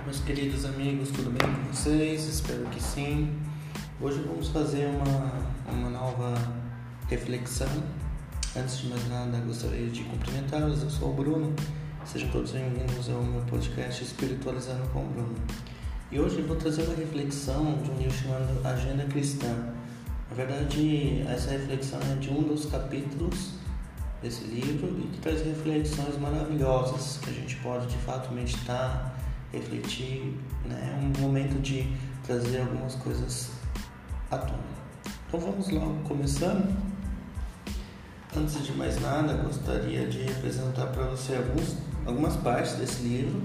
Meus queridos amigos, tudo bem com vocês? Espero que sim. Hoje vamos fazer uma nova reflexão. Antes de mais nada, gostaria de cumprimentá-los. Eu sou o Bruno. Sejam todos bem-vindos ao meu podcast Espiritualizando com o Bruno. E hoje eu vou trazer uma reflexão de um livro chamado Agenda Cristã. Na verdade, essa reflexão é de um dos capítulos desse livro e que traz reflexões maravilhosas que a gente pode de fato meditar, refletir, né? Um momento de trazer algumas coisas à tona. Então vamos logo começando. Antes de mais nada, gostaria de apresentar para você algumas partes desse livro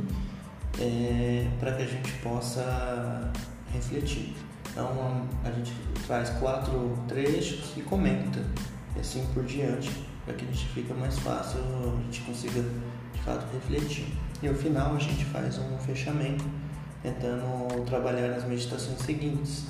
para que a gente possa refletir. Então a gente traz 4 trechos e comenta, e assim por diante, para que a gente fique mais fácil, a gente consiga de fato refletir. E ao final a gente faz um fechamento, tentando trabalhar nas meditações seguintes.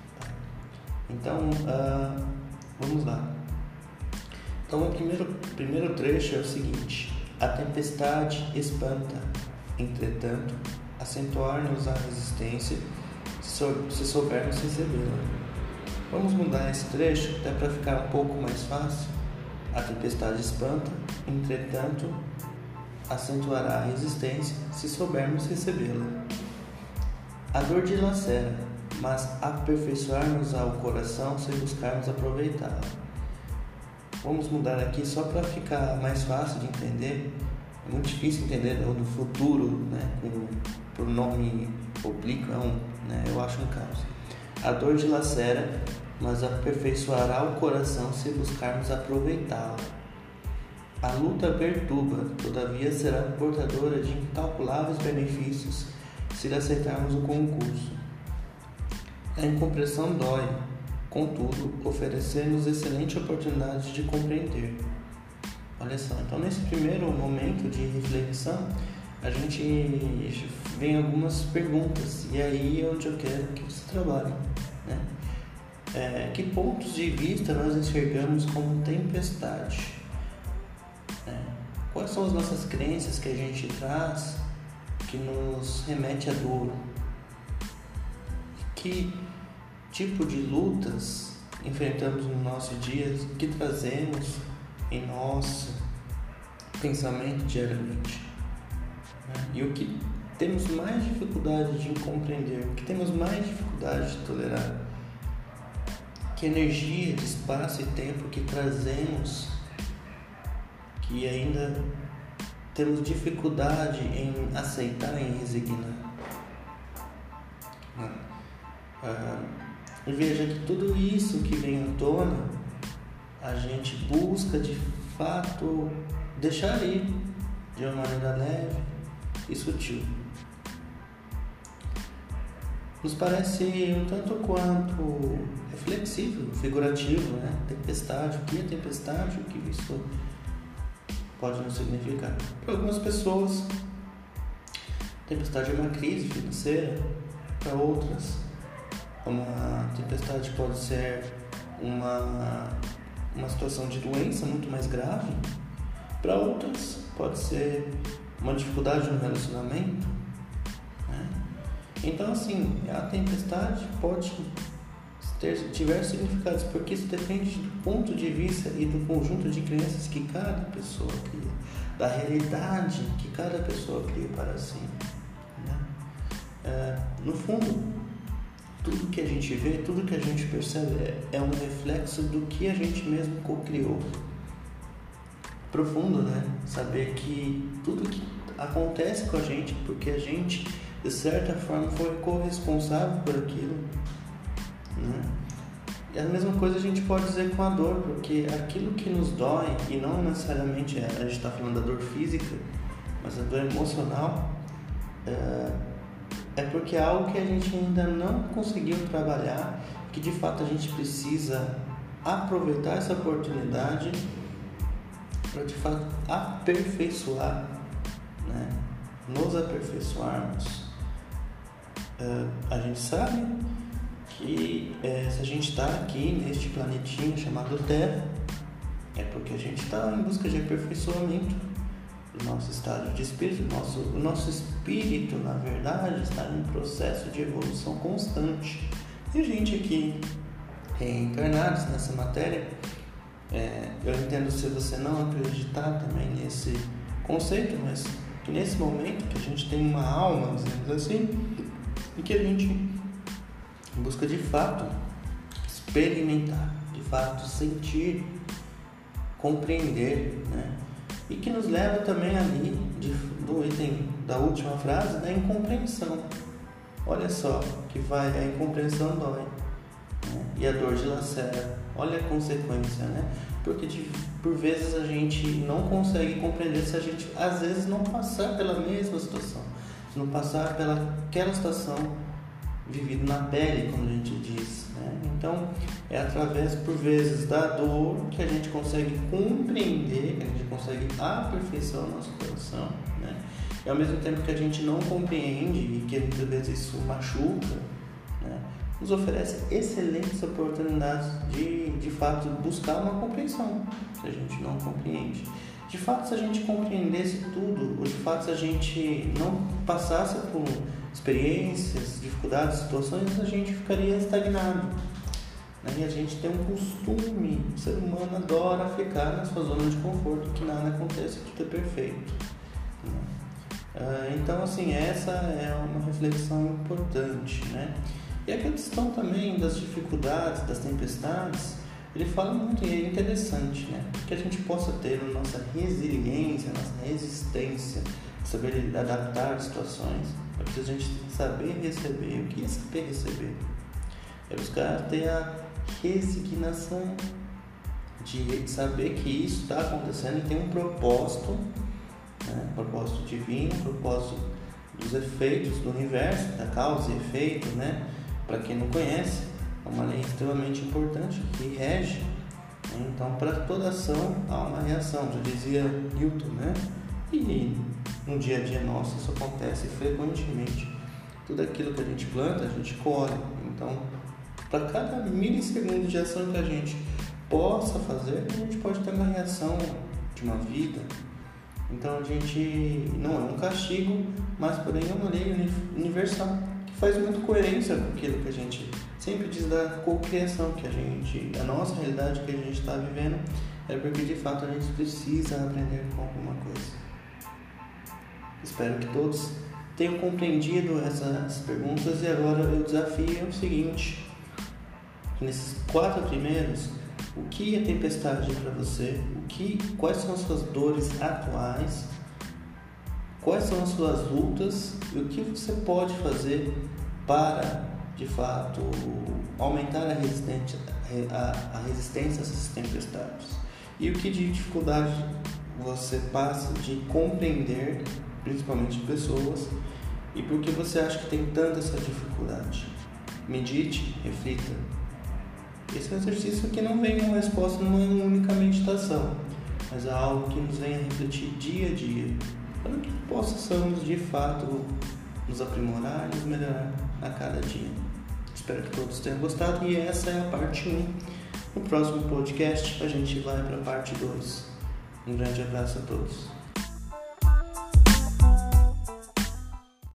Então, vamos lá. Então, o primeiro trecho é o seguinte: a tempestade espanta, entretanto, acentuar-nos a resistência, se soubermos recebê-la. Vamos mudar esse trecho até para ficar um pouco mais fácil. A tempestade espanta, entretanto, acentuará a resistência se soubermos recebê-la. A dor dilacera, mas aperfeiçoar-nos-á o coração se buscarmos aproveitá-la. Vamos mudar aqui só para ficar mais fácil de entender. É muito difícil entender do futuro, né, por nome oblíquo, né, eu acho um caos. A dor dilacera, mas aperfeiçoará o coração se buscarmos aproveitá-la. A luta perturba, todavia será portadora de incalculáveis benefícios se lhe aceitarmos o concurso. A incompreensão dói, contudo, oferecer-nos excelente oportunidade de compreender. Olha só, então nesse primeiro momento de reflexão, a gente vem algumas perguntas, e aí é onde eu quero que você trabalhe, né? Que pontos de vista nós enxergamos como tempestade? Quais são as nossas crenças que a gente traz que nos remete à dor? Que tipo de lutas enfrentamos no nosso dia, que trazemos em nosso pensamento diariamente? E o que temos mais dificuldade de compreender, o que temos mais dificuldade de tolerar? Que energia de espaço e tempo que trazemos que ainda temos dificuldade em aceitar, em resignar. E veja que tudo isso que vem à tona, a gente busca de fato deixar ir de uma maneira leve e sutil. Nos parece um tanto quanto reflexivo, figurativo, né? Tempestade, o que é tempestade, o que isso pode não significar. Para algumas pessoas, tempestade é uma crise financeira. Para outras, uma tempestade pode ser uma situação de doença muito mais grave. Para outras, pode ser uma dificuldade no relacionamento, né? Então, assim, a tempestade pode ter diversos significados, porque isso depende do ponto de vista e do conjunto de crenças que cada pessoa cria, da realidade que cada pessoa cria para si, né? No fundo, tudo que a gente vê, tudo que a gente percebe é um reflexo do que a gente mesmo co-criou. Profundo, né? Saber que tudo que acontece com a gente, porque a gente, de certa forma, foi corresponsável por aquilo, né? E a mesma coisa a gente pode dizer com a dor, porque aquilo que nos dói, e não necessariamente a gente está falando da dor física, mas a dor emocional, é porque é algo que a gente ainda não conseguiu trabalhar, que de fato a gente precisa aproveitar essa oportunidade para de fato aperfeiçoar, né? Nos aperfeiçoarmos. A gente sabe que se a gente está aqui neste planetinho chamado Terra, é porque a gente está em busca de aperfeiçoamento, do nosso estado de espírito. O nosso espírito, na verdade, está em um processo de evolução constante. E a gente aqui, reencarnados nessa matéria, eu entendo se você não acreditar também nesse conceito, mas que nesse momento que a gente tem uma alma, dizemos assim, e que a gente busca de fato experimentar, de fato sentir, compreender, né? E que nos leva também ali do item da última frase, da incompreensão. Olha só que a incompreensão dói, né? E a dor dilacera. Olha a consequência, né? Porque por vezes a gente não consegue compreender se a gente às vezes não passar pela mesma situação, se não passar pelaquela situação vivida na pele, como a gente diz, né? Então é através por vezes da dor que a gente consegue compreender, que a gente consegue aperfeiçoar o nosso coração, né? E ao mesmo tempo que a gente não compreende e que muitas vezes isso machuca, né, nos oferece excelentes oportunidades de fato buscar uma compreensão, se a gente não compreende. De fato, se a gente compreendesse tudo, ou de fato se a gente não passasse por experiências, dificuldades, situações, a gente ficaria estagnado. E a gente tem um costume, o ser humano adora ficar na sua zona de conforto, que nada acontece, que tudo é perfeito. Então, assim, essa é uma reflexão importante, né? E a questão também das dificuldades, das tempestades, ele fala muito, e é interessante, né? Que a gente possa ter a nossa resiliência, a nossa resistência, saber adaptar às situações. É preciso a gente saber receber. O que é saber receber? É buscar ter a resignação de saber que isso está acontecendo e tem um propósito, né? Propósito divino, propósito dos efeitos do universo, da causa e efeito, né? Para quem não conhece, é uma lei extremamente importante que rege, né? Então, para toda ação há uma reação, já dizia Newton, né? E no dia a dia nosso isso acontece frequentemente. Tudo aquilo que a gente planta, a gente colhe. Então, para cada milissegundo de ação que a gente possa fazer, a gente pode ter uma reação de uma vida. Então, a gente não é um castigo, mas porém é uma lei universal, que faz muito coerência com aquilo que a gente sempre diz da cocriação, que a nossa realidade que a gente está vivendo é porque de fato a gente precisa aprender com alguma coisa. Espero que todos tenham compreendido essas perguntas e agora o desafio é o seguinte: nesses 4 primeiros, o que é tempestade para você? Quais são as suas dores atuais? Quais são as suas lutas? E o que você pode fazer para, de fato, aumentar a resistência a essas tempestades? E o que de dificuldade você passa de compreender, principalmente pessoas, e por que você acha que tem tanta essa dificuldade? Medite, reflita. Esse é um exercício que não vem uma resposta numa única meditação, mas é algo que nos vem a refletir dia a dia, para que possamos de fato nos aprimorar e nos melhorar a cada dia. Espero que todos tenham gostado e essa é a parte 1. No próximo podcast a gente vai para a parte 2. Um grande abraço a todos.